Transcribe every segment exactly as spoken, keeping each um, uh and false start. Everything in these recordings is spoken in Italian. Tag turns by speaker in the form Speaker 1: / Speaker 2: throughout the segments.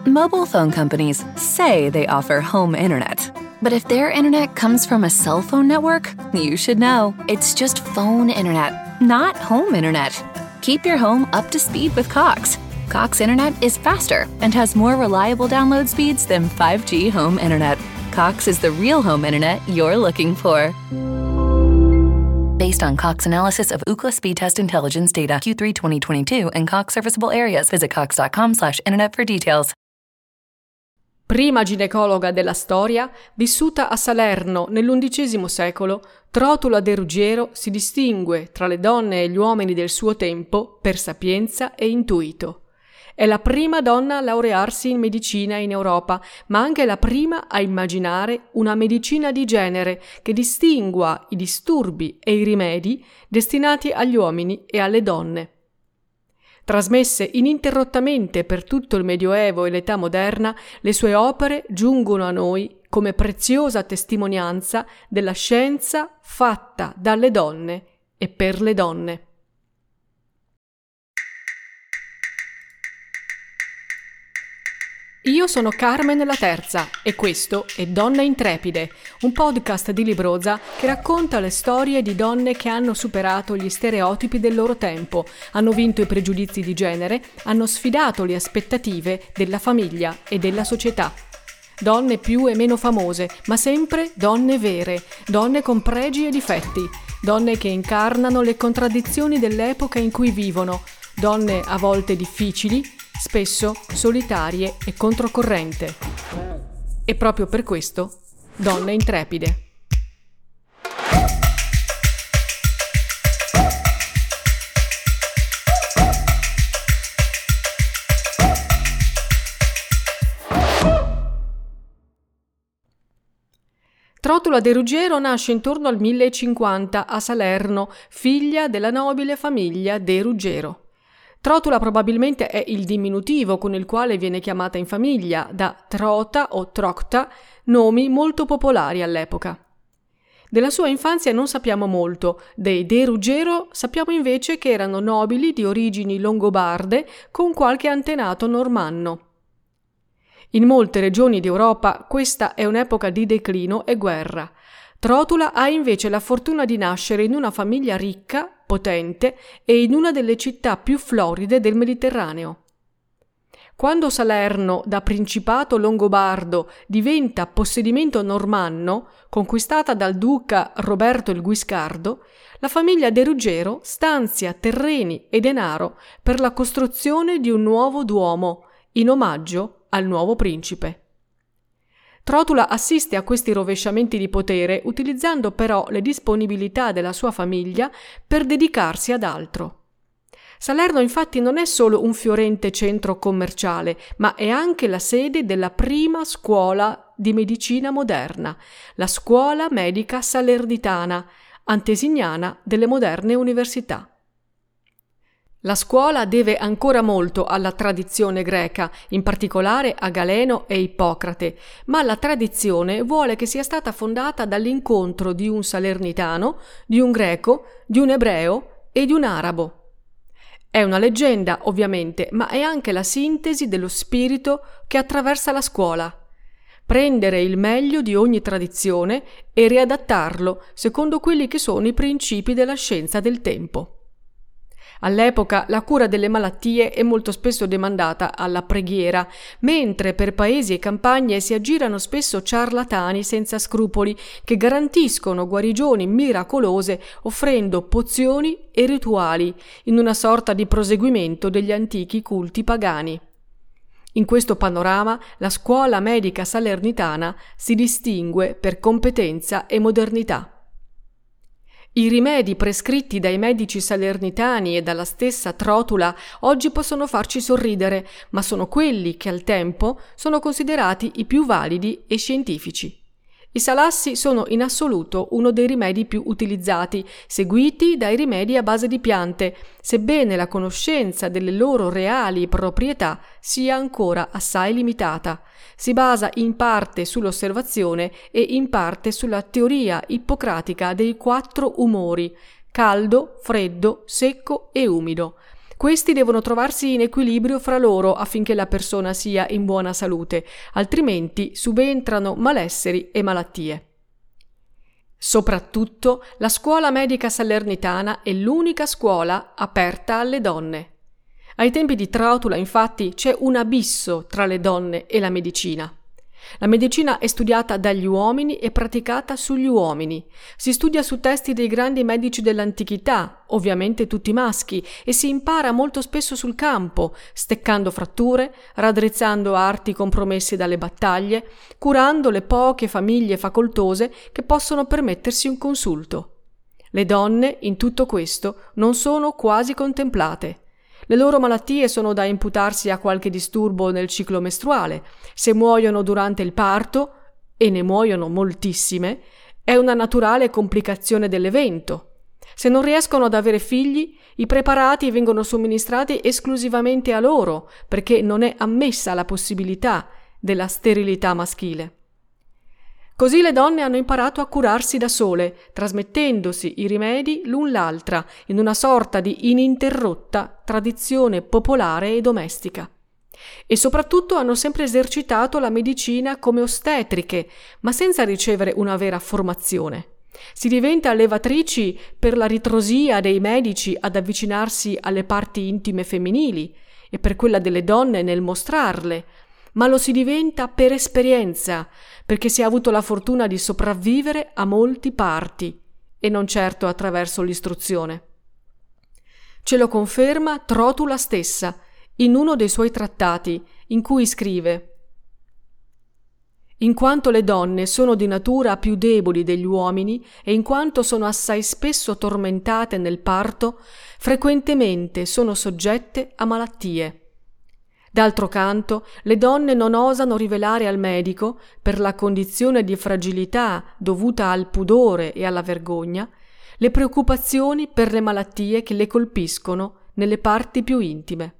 Speaker 1: Mobile phone companies say they offer home internet. But if their internet comes from a cell phone network, you should know. It's just phone internet, not home internet. Keep your home up to speed with Cox. Cox Internet is faster and has more reliable download speeds than five G home internet. Cox is the real home internet you're looking for. Based on Cox analysis of Ookla speed test intelligence data Q three twenty twenty-two and Cox serviceable areas, visit cox.com slash internet for details.
Speaker 2: Prima ginecologa della storia, vissuta a Salerno nell'undicesimo secolo, Trotula de Ruggiero si distingue tra le donne e gli uomini del suo tempo per sapienza e intuito. È la prima donna a laurearsi in medicina in Europa, ma anche la prima a immaginare una medicina di genere che distingua i disturbi e i rimedi destinati agli uomini e alle donne. Trasmesse ininterrottamente per tutto il Medioevo e l'età moderna, le sue opere giungono a noi come preziosa testimonianza della scienza fatta dalle donne e per le donne. Io sono Carmen la Terza e questo è Donne Intrepide, un podcast di Libroza che racconta le storie di donne che hanno superato gli stereotipi del loro tempo, hanno vinto i pregiudizi di genere, hanno sfidato le aspettative della famiglia e della società. Donne più e meno famose, ma sempre donne vere, donne con pregi e difetti, donne che incarnano le contraddizioni dell'epoca in cui vivono, donne a volte difficili, spesso solitarie e controcorrente. E proprio per questo, Donne Intrepide. Trotula de Ruggiero nasce intorno al millecinquanta a Salerno, figlia della nobile famiglia de Ruggiero. Trotula probabilmente è il diminutivo con il quale viene chiamata in famiglia, da Trota o Trocta, nomi molto popolari all'epoca. Della sua infanzia non sappiamo molto, dei de Ruggiero sappiamo invece che erano nobili di origini longobarde con qualche antenato normanno. In molte regioni d'Europa questa è un'epoca di declino e guerra. Trotula ha invece la fortuna di nascere in una famiglia ricca, potente e in una delle città più floride del Mediterraneo. Quando Salerno, da principato longobardo, diventa possedimento normanno, conquistata dal duca Roberto il Guiscardo, la famiglia de Ruggiero stanzia terreni e denaro per la costruzione di un nuovo duomo, in omaggio al nuovo principe. Trotula assiste a questi rovesciamenti di potere utilizzando però le disponibilità della sua famiglia per dedicarsi ad altro. Salerno infatti non è solo un fiorente centro commerciale, ma è anche la sede della prima scuola di medicina moderna, la Scuola Medica Salernitana, antesignana delle moderne università. La scuola deve ancora molto alla tradizione greca, in particolare a Galeno e Ippocrate, ma la tradizione vuole che sia stata fondata dall'incontro di un salernitano, di un greco, di un ebreo e di un arabo. È una leggenda, ovviamente, ma è anche la sintesi dello spirito che attraversa la scuola. Prendere il meglio di ogni tradizione e riadattarlo secondo quelli che sono i principi della scienza del tempo. All'epoca la cura delle malattie è molto spesso demandata alla preghiera, mentre per paesi e campagne si aggirano spesso ciarlatani senza scrupoli che garantiscono guarigioni miracolose offrendo pozioni e rituali in una sorta di proseguimento degli antichi culti pagani. In questo panorama la scuola medica salernitana si distingue per competenza e modernità. I rimedi prescritti dai medici salernitani e dalla stessa Trotula oggi possono farci sorridere, ma sono quelli che al tempo sono considerati i più validi e scientifici. I salassi sono in assoluto uno dei rimedi più utilizzati, seguiti dai rimedi a base di piante, sebbene la conoscenza delle loro reali proprietà sia ancora assai limitata. Si basa in parte sull'osservazione e in parte sulla teoria ippocratica dei quattro umori: caldo, freddo, secco e umido. Questi devono trovarsi in equilibrio fra loro affinché la persona sia in buona salute, altrimenti subentrano malesseri e malattie. Soprattutto la scuola medica salernitana è l'unica scuola aperta alle donne. Ai tempi di Trotula, infatti, c'è un abisso tra le donne e la medicina. La medicina è studiata dagli uomini e praticata sugli uomini. Si studia su testi dei grandi medici dell'antichità, ovviamente tutti maschi, e si impara molto spesso sul campo, steccando fratture, raddrizzando arti compromessi dalle battaglie, curando le poche famiglie facoltose che possono permettersi un consulto. Le donne, in tutto questo, non sono quasi contemplate. Le loro malattie sono da imputarsi a qualche disturbo nel ciclo mestruale. Se muoiono durante il parto, e ne muoiono moltissime, è una naturale complicazione dell'evento. Se non riescono ad avere figli, i preparati vengono somministrati esclusivamente a loro, perché non è ammessa la possibilità della sterilità maschile. Così le donne hanno imparato a curarsi da sole, trasmettendosi i rimedi l'un l'altra in una sorta di ininterrotta tradizione popolare e domestica. E soprattutto hanno sempre esercitato la medicina come ostetriche, ma senza ricevere una vera formazione. Si diventa allevatrici per la ritrosia dei medici ad avvicinarsi alle parti intime femminili e per quella delle donne nel mostrarle, ma lo si diventa per esperienza, perché si è avuto la fortuna di sopravvivere a molti parti e non certo attraverso l'istruzione. Ce lo conferma Trotula stessa in uno dei suoi trattati, in cui scrive: «In quanto le donne sono di natura più deboli degli uomini e in quanto sono assai spesso tormentate nel parto, frequentemente sono soggette a malattie. D'altro canto, le donne non osano rivelare al medico, per la condizione di fragilità dovuta al pudore e alla vergogna, le preoccupazioni per le malattie che le colpiscono nelle parti più intime».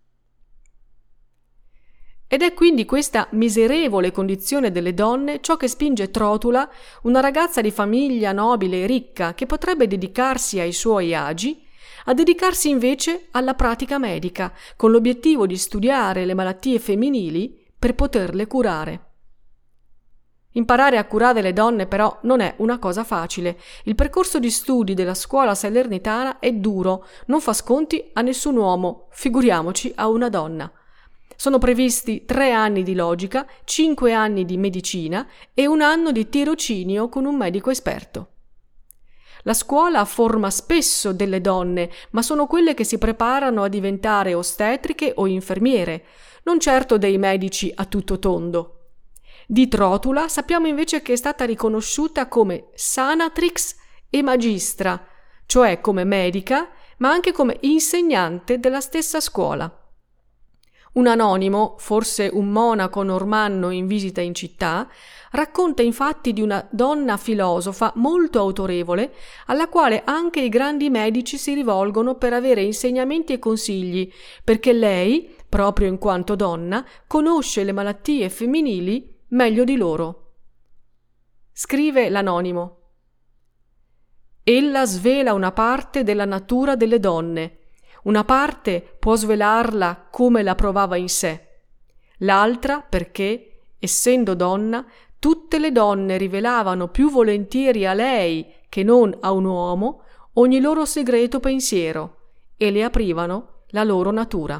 Speaker 2: Ed è quindi questa miserevole condizione delle donne ciò che spinge Trotula, una ragazza di famiglia nobile e ricca che potrebbe dedicarsi ai suoi agi, a dedicarsi invece alla pratica medica, con l'obiettivo di studiare le malattie femminili per poterle curare. Imparare a curare le donne però non è una cosa facile. Il percorso di studi della scuola salernitana è duro, non fa sconti a nessun uomo, figuriamoci a una donna. Sono previsti tre anni di logica, cinque anni di medicina e un anno di tirocinio con un medico esperto. La scuola forma spesso delle donne, ma sono quelle che si preparano a diventare ostetriche o infermiere, non certo dei medici a tutto tondo. Di Trotula sappiamo invece che è stata riconosciuta come sanatrix e magistra, cioè come medica, ma anche come insegnante della stessa scuola. Un anonimo, forse un monaco normanno in visita in città, racconta infatti di una donna filosofa molto autorevole alla quale anche i grandi medici si rivolgono per avere insegnamenti e consigli, perché lei, proprio in quanto donna, conosce le malattie femminili meglio di loro. Scrive l'anonimo: «Ella svela una parte della natura delle donne. Una parte può svelarla come la provava in sé, l'altra perché, essendo donna, tutte le donne rivelavano più volentieri a lei che non a un uomo ogni loro segreto pensiero e le aprivano la loro natura».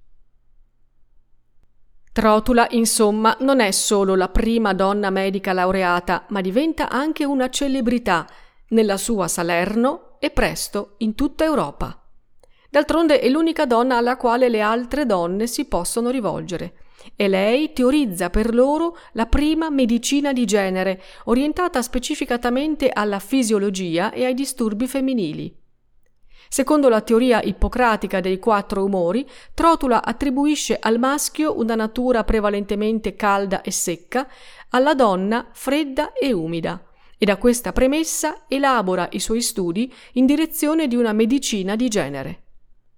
Speaker 2: Trotula, insomma, non è solo la prima donna medica laureata, ma diventa anche una celebrità nella sua Salerno e presto in tutta Europa. D'altronde è l'unica donna alla quale le altre donne si possono rivolgere e lei teorizza per loro la prima medicina di genere, orientata specificatamente alla fisiologia e ai disturbi femminili. Secondo la teoria ippocratica dei quattro umori, Trotula attribuisce al maschio una natura prevalentemente calda e secca, alla donna fredda e umida, e da questa premessa elabora i suoi studi in direzione di una medicina di genere.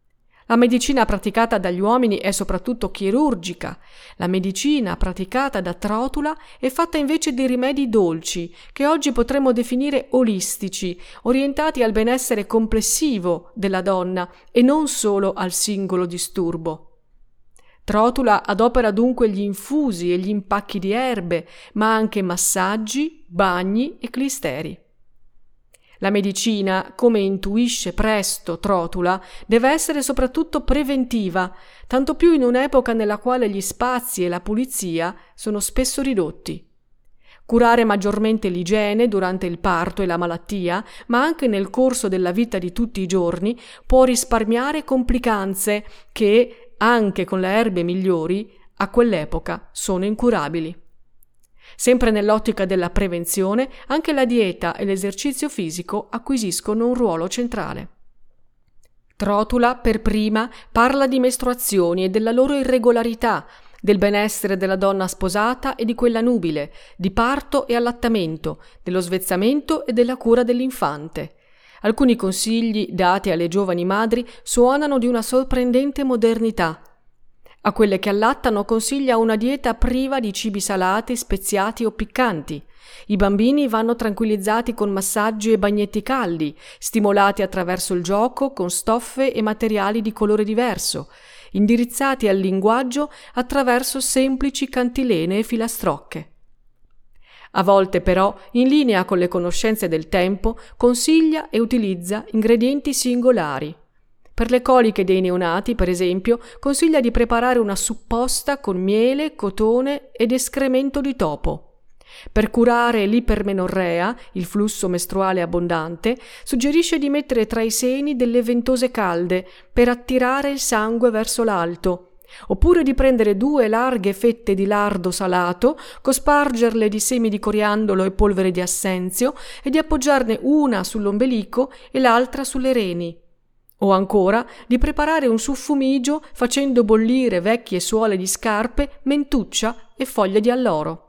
Speaker 2: La medicina praticata dagli uomini è soprattutto chirurgica. La medicina praticata da Trotula è fatta invece di rimedi dolci, che oggi potremmo definire olistici, orientati al benessere complessivo della donna e non solo al singolo disturbo. Trotula adopera dunque gli infusi e gli impacchi di erbe, ma anche massaggi, bagni e clisteri. La medicina, come intuisce presto Trotula, deve essere soprattutto preventiva, tanto più in un'epoca nella quale gli spazi e la pulizia sono spesso ridotti. Curare maggiormente l'igiene durante il parto e la malattia, ma anche nel corso della vita di tutti i giorni, può risparmiare complicanze che, anche con le erbe migliori, a quell'epoca sono incurabili. Sempre nell'ottica della prevenzione, anche la dieta e l'esercizio fisico acquisiscono un ruolo centrale. Trotula, per prima, parla di mestruazioni e della loro irregolarità, del benessere della donna sposata e di quella nubile, di parto e allattamento, dello svezzamento e della cura dell'infante. Alcuni consigli dati alle giovani madri suonano di una sorprendente modernità. A quelle che allattano consiglia una dieta priva di cibi salati, speziati o piccanti. I bambini vanno tranquillizzati con massaggi e bagnetti caldi, stimolati attraverso il gioco con stoffe e materiali di colore diverso, indirizzati al linguaggio attraverso semplici cantilene e filastrocche. A volte però, in linea con le conoscenze del tempo, consiglia e utilizza ingredienti singolari. Per le coliche dei neonati, per esempio, consiglia di preparare una supposta con miele, cotone ed escremento di topo. Per curare l'ipermenorrea, il flusso mestruale abbondante, suggerisce di mettere tra i seni delle ventose calde per attirare il sangue verso l'alto, oppure di prendere due larghe fette di lardo salato, cospargerle di semi di coriandolo e polvere di assenzio e di appoggiarne una sull'ombelico e l'altra sulle reni. O ancora di preparare un suffumigio facendo bollire vecchie suole di scarpe, mentuccia e foglie di alloro.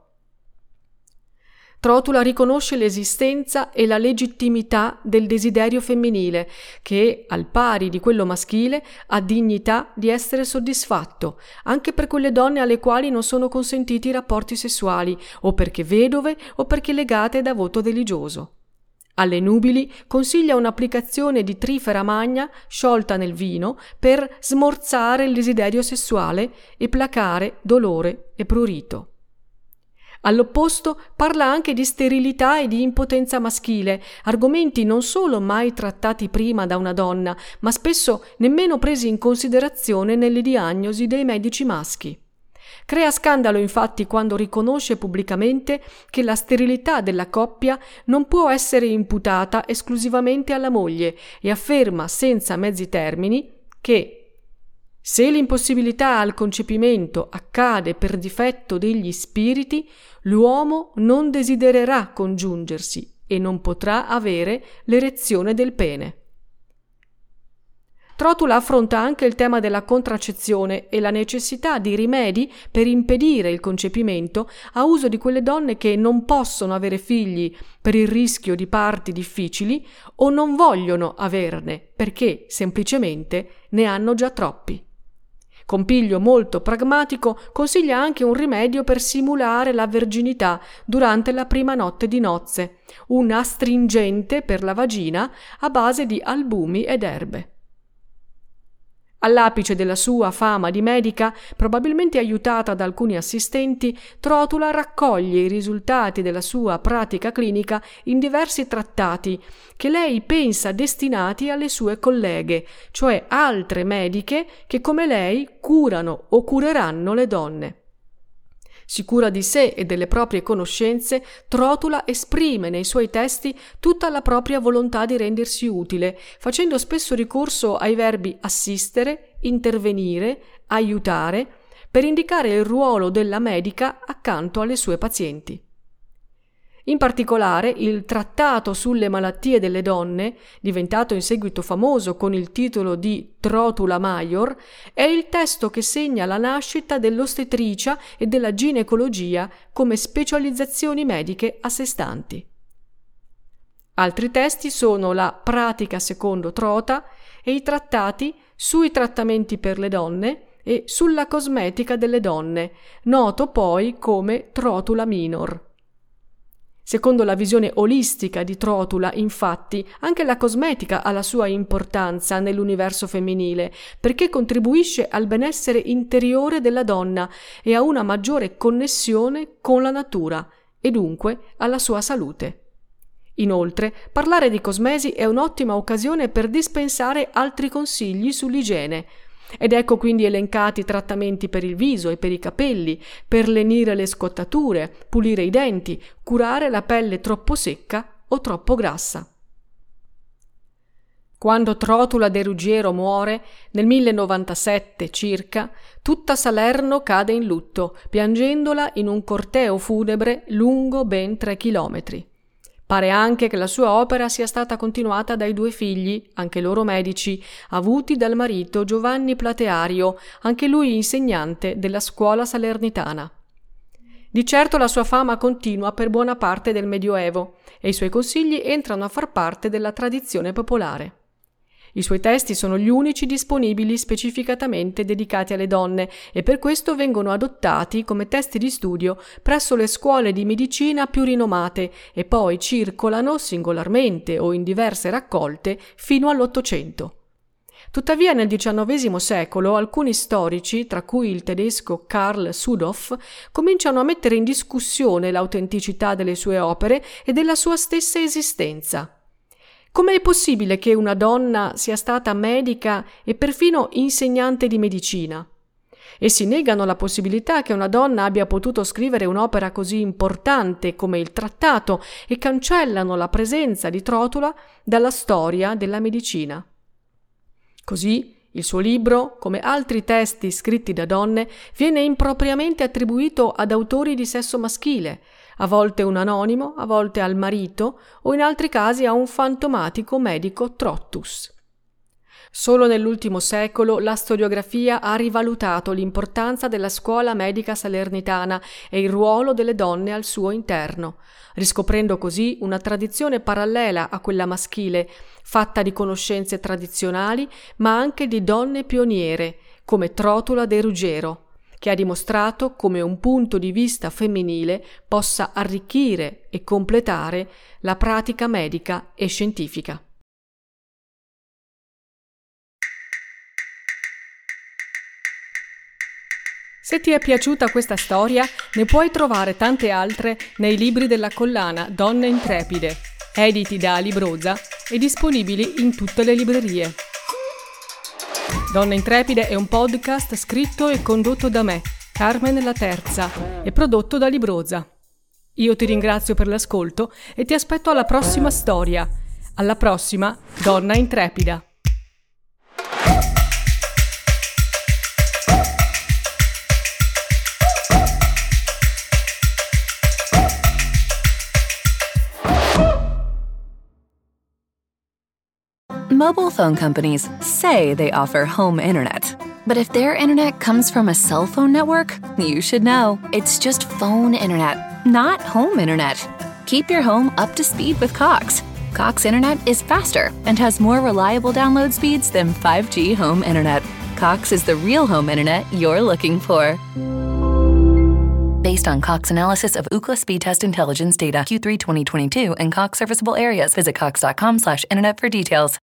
Speaker 2: Trotula riconosce l'esistenza e la legittimità del desiderio femminile, che, al pari di quello maschile, ha dignità di essere soddisfatto, anche per quelle donne alle quali non sono consentiti rapporti sessuali, o perché vedove o perché legate da voto religioso. Alle nubili consiglia un'applicazione di trifera magna sciolta nel vino per smorzare il desiderio sessuale e placare dolore e prurito. All'opposto parla anche di sterilità e di impotenza maschile, argomenti non solo mai trattati prima da una donna, ma spesso nemmeno presi in considerazione nelle diagnosi dei medici maschi. Crea scandalo infatti quando riconosce pubblicamente che la sterilità della coppia non può essere imputata esclusivamente alla moglie e afferma senza mezzi termini che se l'impossibilità al concepimento accade per difetto degli spiriti, l'uomo non desidererà congiungersi e non potrà avere l'erezione del pene. Trotula affronta anche il tema della contraccezione e la necessità di rimedi per impedire il concepimento a uso di quelle donne che non possono avere figli per il rischio di parti difficili o non vogliono averne perché semplicemente ne hanno già troppi. Con piglio molto pragmatico consiglia anche un rimedio per simulare la verginità durante la prima notte di nozze, un astringente per la vagina a base di albumi ed erbe. All'apice della sua fama di medica, probabilmente aiutata da alcuni assistenti, Trotula raccoglie i risultati della sua pratica clinica in diversi trattati che lei pensa destinati alle sue colleghe, cioè altre mediche che come lei curano o cureranno le donne. Sicura di sé e delle proprie conoscenze, Trotula esprime nei suoi testi tutta la propria volontà di rendersi utile, facendo spesso ricorso ai verbi assistere, intervenire, aiutare, per indicare il ruolo della medica accanto alle sue pazienti. In particolare, il Trattato sulle malattie delle donne, diventato in seguito famoso con il titolo di Trotula Maior, è il testo che segna la nascita dell'ostetricia e della ginecologia come specializzazioni mediche a sé stanti. Altri testi sono la Pratica secondo Trota e i trattati sui trattamenti per le donne e sulla cosmetica delle donne, noto poi come Trotula minor. Secondo la visione olistica di Trotula, infatti, anche la cosmetica ha la sua importanza nell'universo femminile, perché contribuisce al benessere interiore della donna e a una maggiore connessione con la natura e dunque alla sua salute. Inoltre, parlare di cosmesi è un'ottima occasione per dispensare altri consigli sull'igiene. Ed ecco quindi elencati trattamenti per il viso e per i capelli, per lenire le scottature, pulire i denti, curare la pelle troppo secca o troppo grassa. Quando Trotula de Ruggiero muore, nel millenovantasette circa, tutta Salerno cade in lutto, piangendola in un corteo funebre lungo ben tre chilometri. Pare anche che la sua opera sia stata continuata dai due figli, anche loro medici, avuti dal marito Giovanni Plateario, anche lui insegnante della scuola salernitana. Di certo la sua fama continua per buona parte del Medioevo e i suoi consigli entrano a far parte della tradizione popolare. I suoi testi sono gli unici disponibili specificatamente dedicati alle donne e per questo vengono adottati come testi di studio presso le scuole di medicina più rinomate e poi circolano singolarmente o in diverse raccolte fino all'Ottocento. Tuttavia nel diciannovesimo secolo alcuni storici, tra cui il tedesco Karl Sudhoff, cominciano a mettere in discussione l'autenticità delle sue opere e della sua stessa esistenza. Come è possibile che una donna sia stata medica e perfino insegnante di medicina? Essi negano la possibilità che una donna abbia potuto scrivere un'opera così importante come il trattato e cancellano la presenza di Trotula dalla storia della medicina. Così il suo libro, come altri testi scritti da donne, viene impropriamente attribuito ad autori di sesso maschile, a volte un anonimo, a volte al marito o in altri casi a un fantomatico medico Trottus. Solo nell'ultimo secolo la storiografia ha rivalutato l'importanza della scuola medica salernitana e il ruolo delle donne al suo interno, riscoprendo così una tradizione parallela a quella maschile, fatta di conoscenze tradizionali ma anche di donne pioniere, come Trotula de Ruggiero, che ha dimostrato come un punto di vista femminile possa arricchire e completare la pratica medica e scientifica. Se ti è piaciuta questa storia, ne puoi trovare tante altre nei libri della collana Donne Intrepide, editi da Alibroza e disponibili in tutte le librerie. Donne Intrepide è un podcast scritto e condotto da me, Carmen La Terza, e prodotto da Alibroza. Io ti ringrazio per l'ascolto e ti aspetto alla prossima storia. Alla prossima, Donna Intrepida.
Speaker 1: Mobile phone companies say they offer home internet. But if their internet comes from a cell phone network, you should know. It's just phone internet, not home internet. Keep your home up to speed with Cox. Cox Internet is faster and has more reliable download speeds than five G home internet. Cox is the real home internet you're looking for. Based on Cox analysis of Ookla speed test intelligence data Q three twenty twenty-two and Cox serviceable areas, visit cox dot com slash internet for details.